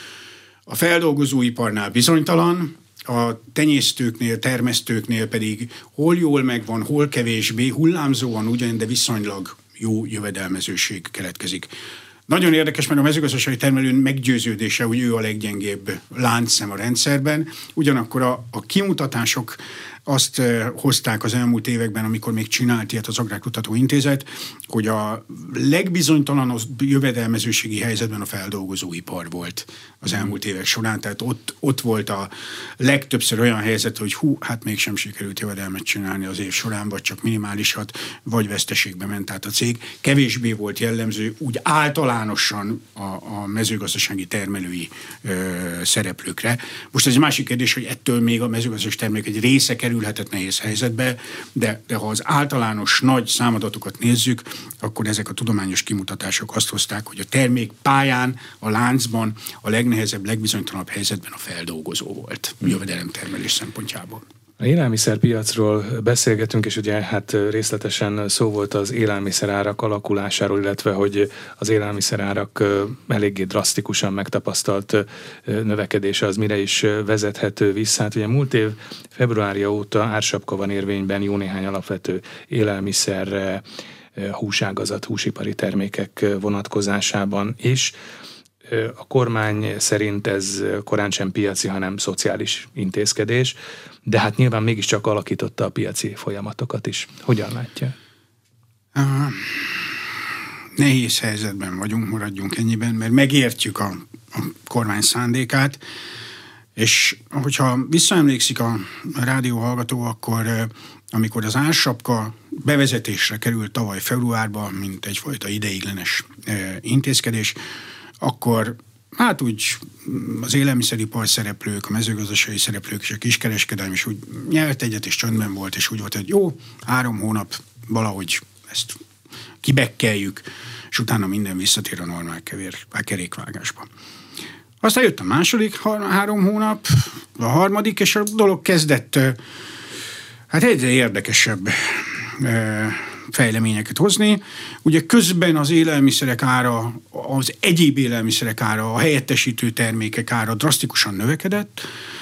a feldolgozóiparnál bizonytalan, a tenyésztőknél, termesztőknél pedig hol jól megvan, hol kevésbé, hullámzóan ugyan, de viszonylag jó jövedelmezőség keletkezik. Nagyon érdekes, mert a mezőgazdasági termelő meggyőződése, hogy ő a leggyengébb láncszem a rendszerben, ugyanakkor a, a kimutatások azt hozták az elmúlt években, amikor még csinált ilyet az Agrárkutató Intézet, hogy a legbizonytalanabb jövedelmezőségi helyzetben a feldolgozóipar volt az elmúlt évek során, tehát ott, ott volt a legtöbbször olyan helyzet, hogy hú, hát mégsem sikerült jövedelmet csinálni az év során, vagy csak minimálisat, vagy veszteségbe ment át a cég. Kevésbé volt jellemző úgy általánosan a, a mezőgazdasági termelői ö, szereplőkre. Most ez egy másik kérdés, hogy ettől még a mezőgazdasági termék egy része kerülhetett nehéz helyzetbe, de, de ha az általános nagy számadatokat nézzük, akkor ezek a tudományos kimutatások azt hozták, hogy a termék pályán, a láncban a legnehezebb, legbizonytalanabb helyzetben a feldolgozó volt jövedelemtermelés szempontjából. A élelmiszerpiacról beszélgetünk, és ugye hát részletesen szó volt az élelmiszerárak alakulásáról, illetve hogy az élelmiszerárak eléggé drasztikusan megtapasztalt növekedése az mire is vezethető vissza. Hát ugye múlt év februárja óta ársapka van érvényben jó néhány alapvető élelmiszer, húságazat, húsipari termékek vonatkozásában is. A kormány szerint ez korán sem piaci, hanem szociális intézkedés, de hát nyilván mégiscsak alakította a piaci folyamatokat is. Hogyan látja? Uh, nehéz helyzetben vagyunk, maradjunk ennyiben, mert megértjük a, a kormány szándékát, és hogyha visszaemlékszik a rádió hallgató, akkor amikor az ársapka bevezetésre került tavaly februárban, mint egyfajta ideiglenes intézkedés, akkor hát úgy az élelmiszeripar szereplők, a mezőgazdasági szereplők és a kiskereskedelem is úgy nyert egyet, és csöndben volt, és úgy volt, hogy jó, három hónap valahogy ezt kibekkeljük, és utána minden visszatér a normál kevér, a kerékvágásba. Aztán jött a második három hónap, a harmadik, és a dolog kezdett hát egyre érdekesebb fejleményeket hozni. Ugye közben az élelmiszerek ára, az egyéb élelmiszerek ára, a helyettesítő termékek ára drasztikusan növekedett,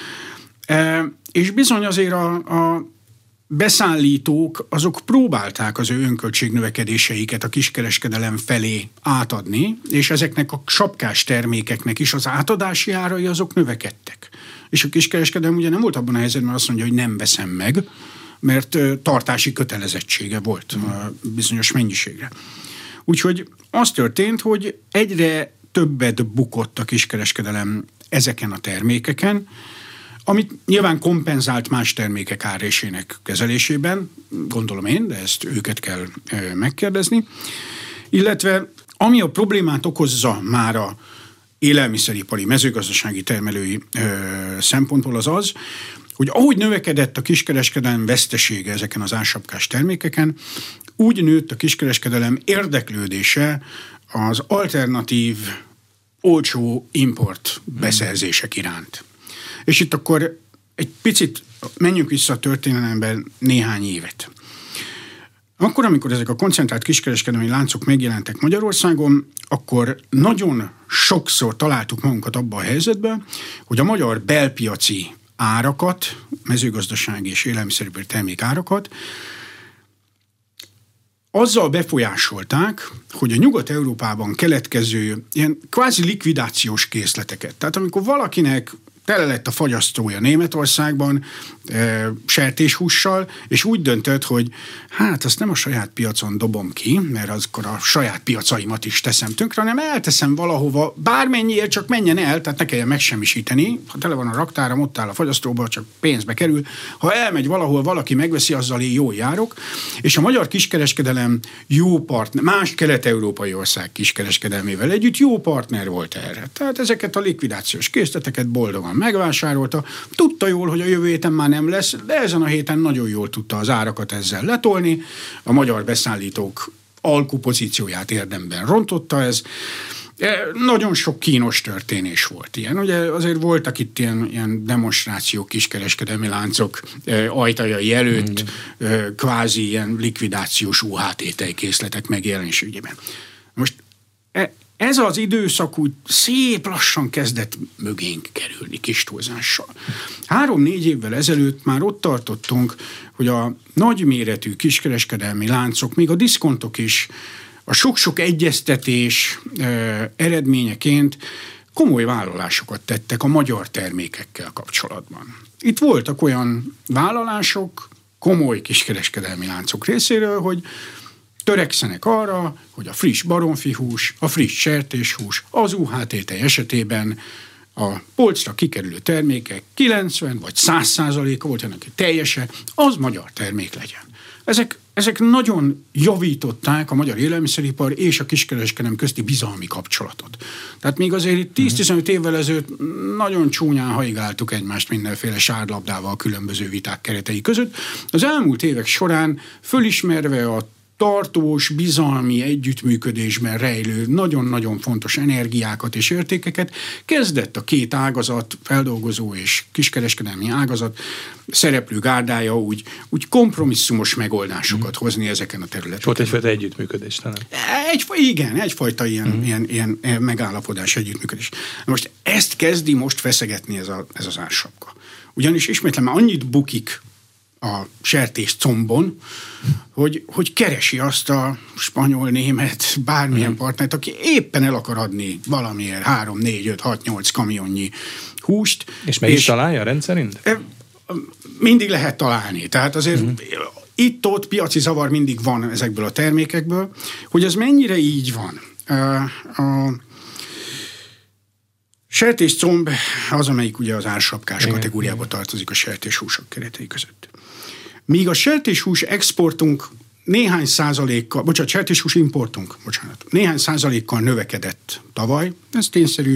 és bizony azért a, a beszállítók azok próbálták az ő önköltség növekedéseiket a kiskereskedelem felé átadni, és ezeknek a sapkás termékeknek is az átadási árai azok növekedtek. És a kiskereskedelem ugye nem volt abban a helyzetben, mert azt mondja, hogy nem veszem meg, mert tartási kötelezettsége volt bizonyos mennyiségre. Úgyhogy az történt, hogy egyre többet bukott a kiskereskedelem ezeken a termékeken, amit nyilván kompenzált más termékek árésének kezelésében, gondolom én, de ezt őket kell megkérdezni, illetve ami a problémát okozza már a élelmiszeripari, mezőgazdasági termelői ö, szempontból az az, hogy ahogy növekedett a kiskereskedelem vesztesége ezeken az ársapkás termékeken, úgy nőtt a kiskereskedelem érdeklődése az alternatív, olcsó import beszerzések iránt. És itt akkor egy picit menjünk vissza a történelemben néhány évet. Akkor, amikor ezek a koncentrált kiskereskedelmi láncok megjelentek Magyarországon, akkor nagyon sokszor találtuk magunkat abban a helyzetben, hogy a magyar belpiaci árakat, mezőgazdasági és élelmiszeripari termék árakat azzal befolyásolták, hogy a Nyugat-Európában keletkező ilyen kvázi likvidációs készleteket, tehát amikor valakinek tele lett a fagyasztója Németországban e, sertéshússal, és úgy döntött, hogy hát azt nem a saját piacon dobom ki, mert akkor a saját piacaimat is teszem tönkre, hanem elteszem valahova, bármennyiért csak menjen el, tehát ne kelljen megsemmisíteni, ha tele van a raktáram, ott áll a fagyasztóba, csak pénzbe kerül, ha elmegy valahol, valaki megveszi, azzal én jól járok, és a magyar kiskereskedelem jó partner, más kelet-európai ország kiskereskedelmével együtt jó partner volt erre. Tehát ezeket a likvidációs készleteket boldogan megvásárolta, tudta jól, hogy a jövő héten már nem lesz, de ezen a héten nagyon jól tudta az árakat ezzel letolni, a magyar beszállítók alkupozícióját érdemben rontotta ez. Nagyon sok kínos történés volt ilyen. Ugye azért voltak itt ilyen, ilyen demonstrációk, kiskereskedelmi láncok ajtajai előtt, mm. kvázi ilyen likvidációs u há té tejkészletek megjelenés ügyében. Most ez az időszak úgy szép lassan kezdett mögénk kerülni kis túlzással. Három-négy évvel ezelőtt már ott tartottunk, hogy a nagyméretű kiskereskedelmi láncok, még a diszkontok is a sok-sok egyeztetés eh, eredményeként komoly vállalásokat tettek a magyar termékekkel kapcsolatban. Itt voltak olyan vállalások, komoly kiskereskedelmi láncok részéről, hogy törekszenek arra, hogy a friss baromfihús, a friss sertéshús, az u há té tej esetében a polcra kikerülő termékek kilencven vagy száz százaléka volt ennek teljese, az magyar termék legyen. Ezek, ezek nagyon javították a magyar élelmiszeripar és a kiskereskedelem közti bizalmi kapcsolatot. Tehát még azért itt tíz-tizenöt évvel ezelőtt nagyon csúnyán haigáltuk egymást mindenféle sárlabdával a különböző viták keretei között. Az elmúlt évek során fölismerve a tartós, bizalmi együttműködésben rejlő nagyon-nagyon fontos energiákat és értékeket kezdett a két ágazat, feldolgozó és kiskereskedelmi ágazat szereplő gárdája úgy, úgy kompromisszumos megoldásokat hozni ezeken a területeken. Volt egyfajta együttműködés talán. Egy, igen, egyfajta ilyen, mm. ilyen, ilyen, ilyen megállapodás, együttműködés. Most ezt kezdi most feszegetni ez, a, ez az ársapka. Ugyanis ismétlem már annyit bukik a sertés combon, hogy, hogy keresi azt a spanyol, német, bármilyen mm. partnert, aki éppen el akar adni valamiért három, négy, öt, hat, nyolc kamionnyi húst. És meg és is találja rendszerint? Mindig lehet találni. Tehát azért mm. itt-ott piaci zavar mindig van ezekből a termékekből. Hogy ez mennyire így van? A sertéscomb az, amelyik ugye az ársapkás igen, kategóriába tartozik a sertéshúsok keretei között. Míg a sertéshús exportunk néhány százalékkal, bocsánat, sertéshús importunk, bocsánat, néhány százalékkal növekedett tavaly, ez tényszerű,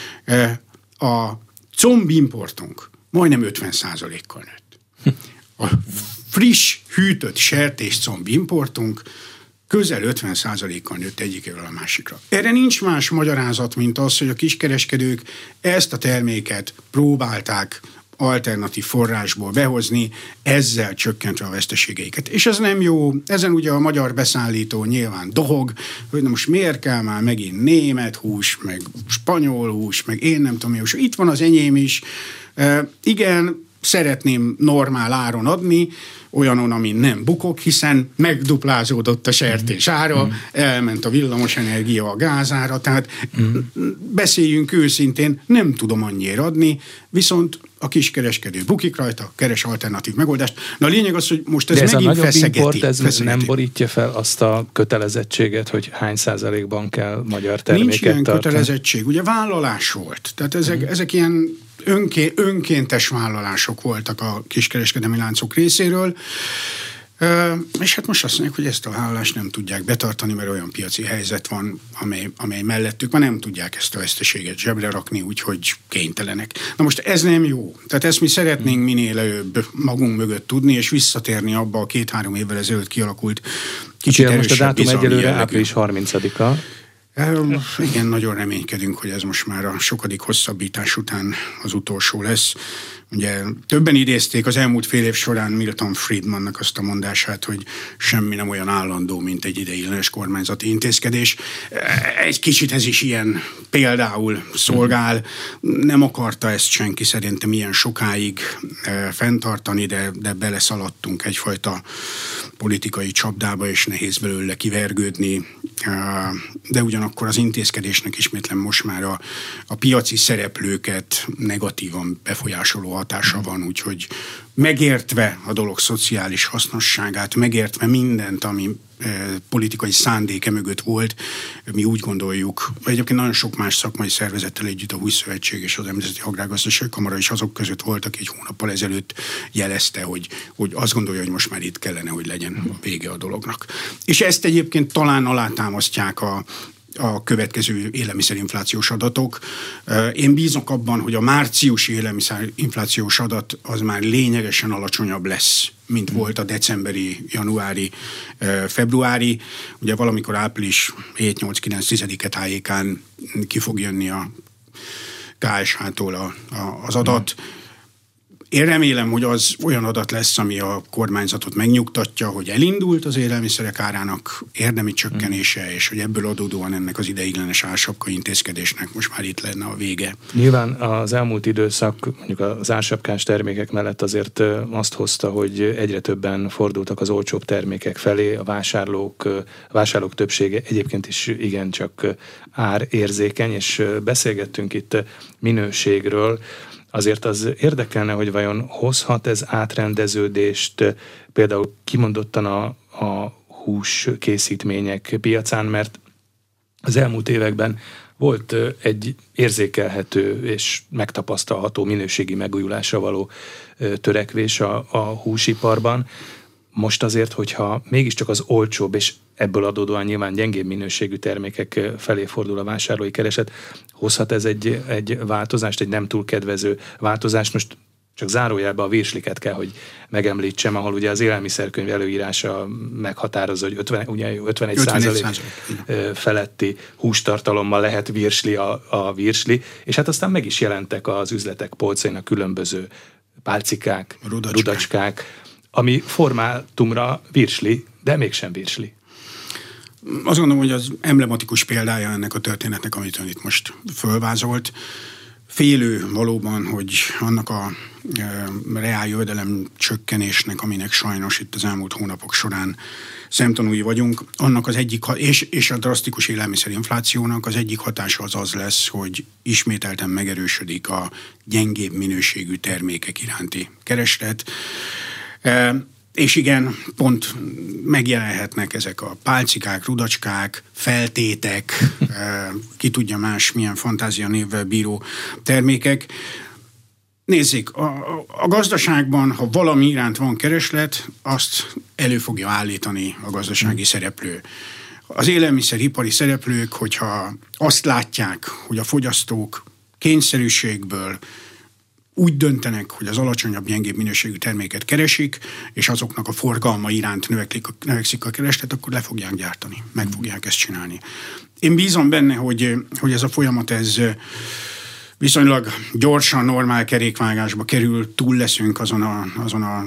a comb importunk majdnem ötven százalékkal nőtt. A friss, hűtött sertéscomb importunk közel ötven százalékkal nőtt egyik évről a másikra. Erre nincs más magyarázat, mint az, hogy a kiskereskedők ezt a terméket próbálták alternatív forrásból behozni, ezzel csökkentve a veszteségeiket. És ez nem jó, ezen ugye a magyar beszállító nyilván dohog, hogy na most miért kell már megint német hús, meg spanyol hús, meg én nem tudom, és itt van az enyém is. E, igen, szeretném normál áron adni, olyanon, amin nem bukok, hiszen megduplázódott a sertés ára, mm. elment a villamosenergia a gázára, tehát mm. beszéljünk őszintén, nem tudom annyira adni, viszont a kiskereskedő bukik rajta, keres alternatív megoldást. Na a lényeg az, hogy most ez, ez megint feszegeti. Import, ez feszegeti. Nem borítja fel azt a kötelezettséget, hogy hány százalékban kell magyar terméket Nincs ilyen tartani. kötelezettség, ugye vállalás volt. Tehát ezek, mm. ezek ilyen önké, önkéntes vállalások voltak a kiskereskedelmi láncok részéről, és hát most azt mondják, hogy ezt a vállalást nem tudják betartani, mert olyan piaci helyzet van, amely, amely mellettük már nem tudják ezt a veszteséget zsebre rakni, úgyhogy kénytelenek. Na most ez nem jó. Tehát ezt mi szeretnénk minél előbb magunk mögött tudni, és visszatérni abba a két-három évvel ezelőtt kialakult kicsit erősebb most a dátum egyelőre április harmincadika. Igen, nagyon reménykedünk, hogy ez most már a sokadik hosszabbítás után az utolsó lesz. Ugye többen idézték az elmúlt fél év során Milton Friedmannak azt a mondását, hogy semmi nem olyan állandó, mint egy ideiglenes kormányzati intézkedés. Egy kicsit ez is ilyen például szolgál. Nem akarta ezt senki szerintem ilyen sokáig fenntartani, de, de beleszaladtunk egyfajta politikai csapdába, és nehéz belőle kivergődni. De ugyanakkor ugyanakkor az intézkedésnek ismétlen most már a, a piaci szereplőket negatívan befolyásoló hatása van, úgyhogy megértve a dolog szociális hasznosságát, megértve mindent, ami e, politikai szándéke mögött volt, mi úgy gondoljuk, egyébként nagyon sok más szakmai szervezettel együtt a Hússzövetség és az Nemzeti Agrárgazdasági Kamara is azok között volt, aki egy hónappal ezelőtt jelezte, hogy, hogy azt gondolja, hogy most már itt kellene, hogy legyen a vége a dolognak. És ezt egyébként talán alátámasztják a a következő élelmiszerinflációs adatok. Én bízok abban, hogy a márciusi élelmiszerinflációs adat az már lényegesen alacsonyabb lesz, mint volt a decemberi, januári, februári. Ugye valamikor április hét nyolc kilenc tizedike tájékán ki fog jönni a ká es há-tól a, a, az adat. Én remélem, hogy az olyan adat lesz, ami a kormányzatot megnyugtatja, hogy elindult az élelmiszerek árának érdemi csökkenése, és hogy ebből adódóan ennek az ideiglenes ársapka intézkedésnek most már itt lenne a vége. Nyilván az elmúlt időszak mondjuk az ársapkás termékek mellett azért azt hozta, hogy egyre többen fordultak az olcsóbb termékek felé, a vásárlók, a vásárlók többsége egyébként is igencsak árérzékeny, és beszélgettünk itt minőségről. Azért az érdekelne, hogy vajon hozhat ez átrendeződést például kimondottan a, a hús készítmények piacán, mert az elmúlt években volt egy érzékelhető és megtapasztalható minőségi megújulásra való törekvés a, a húsiparban. Most azért, hogyha mégiscsak az olcsóbb és ebből adódóan nyilván gyengébb minőségű termékek felé fordul a vásárlói kereslet, hozhat ez egy, egy változást, egy nem túl kedvező változást. Most csak zárójelben a virsliket kell, hogy megemlítsem, ahol ugye az élelmiszerkönyv előírása meghatározza, hogy ötven, ugye ötvenegy százalék feletti hústartalommal lehet virsli a, a virsli, és hát aztán meg is jelentek az üzletek polcain a különböző pálcikák, rudacskák, rudacskák ami formátumra virsli, de mégsem virsli. Azt gondolom, hogy az emblematikus példája ennek a történetnek, amit ön itt most fölvázolt. Félő valóban, hogy annak a e, reál jövedelem csökkenésnek, aminek sajnos itt az elmúlt hónapok során szemtanúi vagyunk, annak az egyik, és, és a drasztikus élelmiszerinflációnak az egyik hatása az az lesz, hogy ismételten megerősödik a gyengébb minőségű termékek iránti kereslet. E, És igen, pont megjelenhetnek ezek a pálcikák, rudacskák, feltétek, ki tudja más, milyen fantázia névvel bíró termékek. Nézzék, a, a gazdaságban, ha valami iránt van kereslet, azt elő fogja állítani a gazdasági szereplő. Az élelmiszeripari szereplők, hogyha azt látják, hogy a fogyasztók kényszerűségből úgy döntenek, hogy az alacsonyabb, gyengébb minőségű terméket keresik, és azoknak a forgalma iránt növeklik, növekszik a kereslet, akkor le fogják gyártani, meg fogják ezt csinálni. Én bízom benne, hogy, hogy ez a folyamat ez viszonylag gyorsan, normál kerékvágásba kerül, túl leszünk azon a, azon a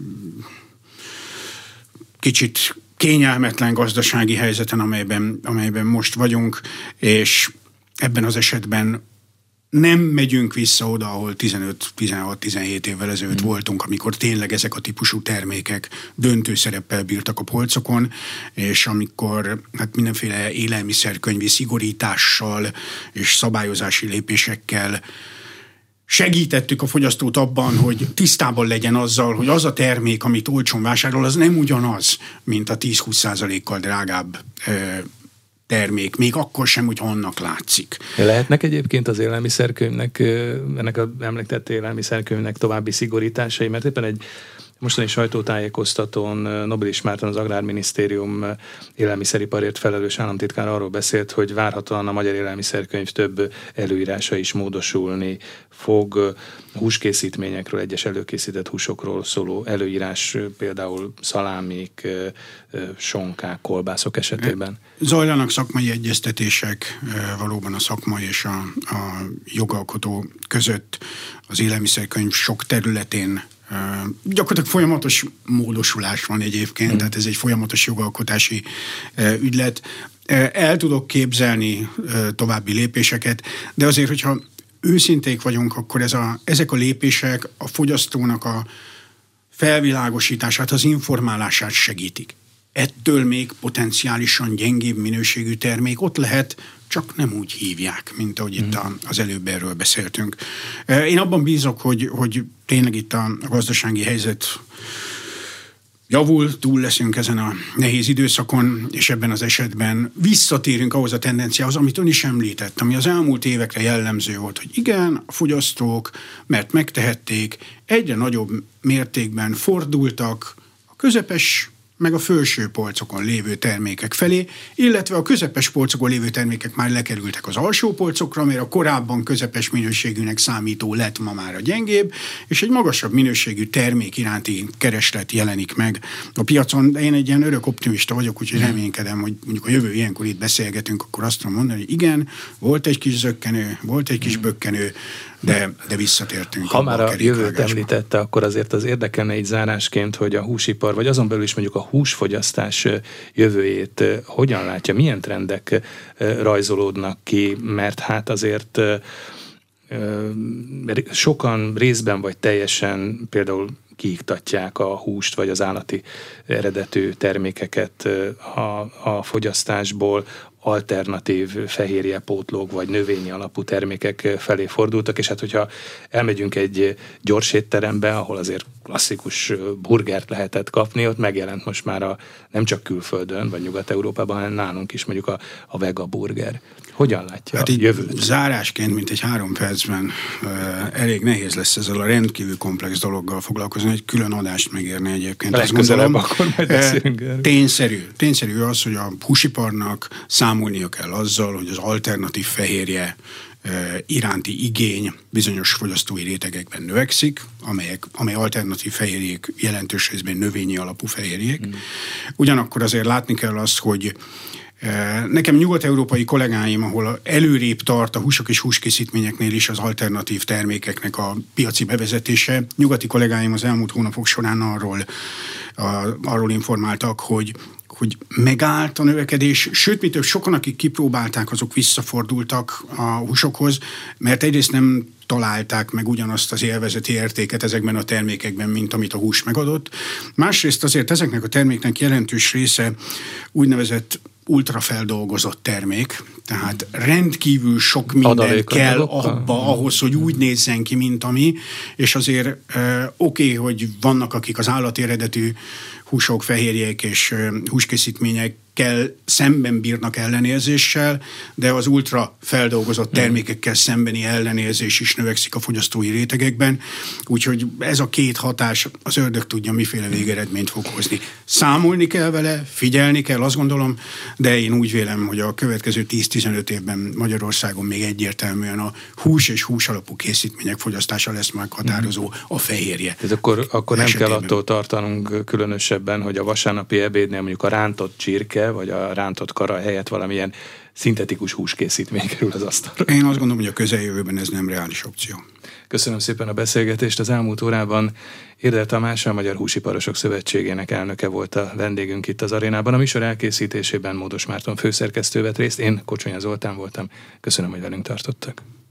kicsit kényelmetlen gazdasági helyzeten, amelyben, amelyben most vagyunk, és ebben az esetben nem megyünk vissza oda, ahol tizenöt, tizenhat, tizenhét évvel ezelőtt mm. voltunk, amikor tényleg ezek a típusú termékek döntő szereppel bírtak a polcokon, és amikor hát mindenféle élelmiszerkönyvi szigorítással és szabályozási lépésekkel segítettük a fogyasztót abban, hogy tisztában legyen azzal, hogy az a termék, amit olcsón vásárol, az nem ugyanaz, mint a tíz-húsz százalékkal drágább termék, még akkor sem, hogy annak látszik. Lehetnek egyébként az élelmiszerkönyvnek, ennek az említett élelmiszerkönyvnek további szigorításai, mert éppen egy mostani sajtótájékoztatón Nobilis Márton, az Agrárminisztérium élelmiszeriparért felelős államtitkár arról beszélt, hogy várhatóan a magyar élelmiszerkönyv több előírása is módosulni fog. Húskészítményekről, egyes előkészített húsokról szóló előírás, például szalámik, sonkák, kolbászok esetében. Zajlanak szakmai egyeztetések valóban a szakma és a, a jogalkotó között az élelmiszerkönyv sok területén. Uh, gyakorlatilag folyamatos módosulás van egyébként, mm. tehát ez egy folyamatos jogalkotási uh, ügylet. Uh, el tudok képzelni uh, további lépéseket, de azért, hogyha őszinték vagyunk, akkor ez a, ezek a lépések a fogyasztónak a felvilágosítását, az informálását segítik. ettől még potenciálisan gyengébb minőségű termék ott lehet, csak nem úgy hívják, mint ahogy itt a, az előbb erről beszéltünk. Én abban bízok, hogy, hogy tényleg itt a gazdasági helyzet javul, túl leszünk ezen a nehéz időszakon, és ebben az esetben visszatérünk ahhoz a tendenciához, amit ön is említett, ami az elmúlt évekre jellemző volt, hogy igen, a fogyasztók, mert megtehették, egyre nagyobb mértékben fordultak a közepes meg a felső polcokon lévő termékek felé, illetve a közepes polcokon lévő termékek már lekerültek az alsó polcokra, mert a korábban közepes minőségűnek számító lett ma már a gyengébb, és egy magasabb minőségű termék iránti kereslet jelenik meg a piacon. De én egy ilyen örök optimista vagyok, úgyhogy reménykedem, hogy mondjuk a jövő ilyenkor itt beszélgetünk, akkor azt tudom mondani, hogy igen, volt egy kis zökkenő, volt egy kis bökkenő, de, de visszatértünk. Ha már a jövőt említette, akkor azért az érdekelne egy zárásként, hogy a húsipar, vagy azon belül is mondjuk a húsfogyasztás jövőjét hogyan látja, milyen trendek rajzolódnak ki, mert hát azért sokan részben vagy teljesen például kiiktatják a húst vagy az állati eredetű termékeket a, a fogyasztásból, alternatív fehérjepótlók vagy növényi alapú termékek felé fordultak, és hát hogyha elmegyünk egy gyors étterembe, ahol azért klasszikus burgert lehetett kapni, ott megjelent most már a, nem csak külföldön, vagy Nyugat-Európában, hanem nálunk is mondjuk a, a vega burger. Hogyan látja hát a jövőt? Zárásként, mint egy három percben uh, elég nehéz lesz ezzel a rendkívül komplex dologgal foglalkozni, egy külön adást megérne egyébként. Legközelebb akkor majd beszélünk uh, tényszerű, tényszerű az, hogy a húsiparnak számolnia kell azzal, hogy az alternatív fehérje uh, iránti igény bizonyos fogyasztói rétegekben növekszik, amelyek, amely alternatív fehérjék jelentős részben növényi alapú fehérjék. Mm. Ugyanakkor azért látni kell azt, hogy nekem nyugat-európai kollégáim, ahol előrébb tart a húsok és húskészítményeknél is az alternatív termékeknek a piaci bevezetése. Nyugati kollégáim az elmúlt hónapok során arról, a, arról informáltak, hogy hogy megállt a növekedés, sőt, mi több, sokan, akik kipróbálták, azok visszafordultak a húsokhoz, mert egyrészt nem találták meg ugyanazt az élvezeti értéket ezekben a termékekben, mint amit a hús megadott. Másrészt azért ezeknek a terméknek jelentős része úgynevezett ultrafeldolgozott termék, tehát rendkívül sok minden kell abba ahhoz, hogy úgy nézzen ki, mint ami, és azért uh, oké, okay, hogy vannak, akik az állati eredetű húsok, fehérjék és uh, húskészítményekkel szemben bírnak ellenérzéssel, de az ultra feldolgozott termékekkel szembeni ellenérzés is növekszik a fogyasztói rétegekben, úgyhogy ez a két hatás, az ördög tudja, miféle végeredményt fog hozni. Számolni kell vele, figyelni kell, azt gondolom, de én úgy vélem, hogy a következő tíz-tizenöt évben Magyarországon még egyértelműen a hús és hús alapú készítmények fogyasztása lesz meghatározó, a fehérje. Ez akkor, akkor nem kell attól tartanunk különösebben, hogy a vasárnapi ebédnél mondjuk a rántott csirke, vagy a rántott kara helyett valamilyen szintetikus húskészítmény kerül az asztalra. Én azt gondolom, hogy a közeljövőben ez nem reális opció. Köszönöm szépen a beszélgetést. Az elmúlt órában Érdel Tamás, a Magyar Húsiparosok Szövetségének elnöke volt a vendégünk itt az arénában. A műsor elkészítésében Módos Márton főszerkesztő vett részt, én Kocsonya Zoltán voltam. Köszönöm, hogy velünk tartottak.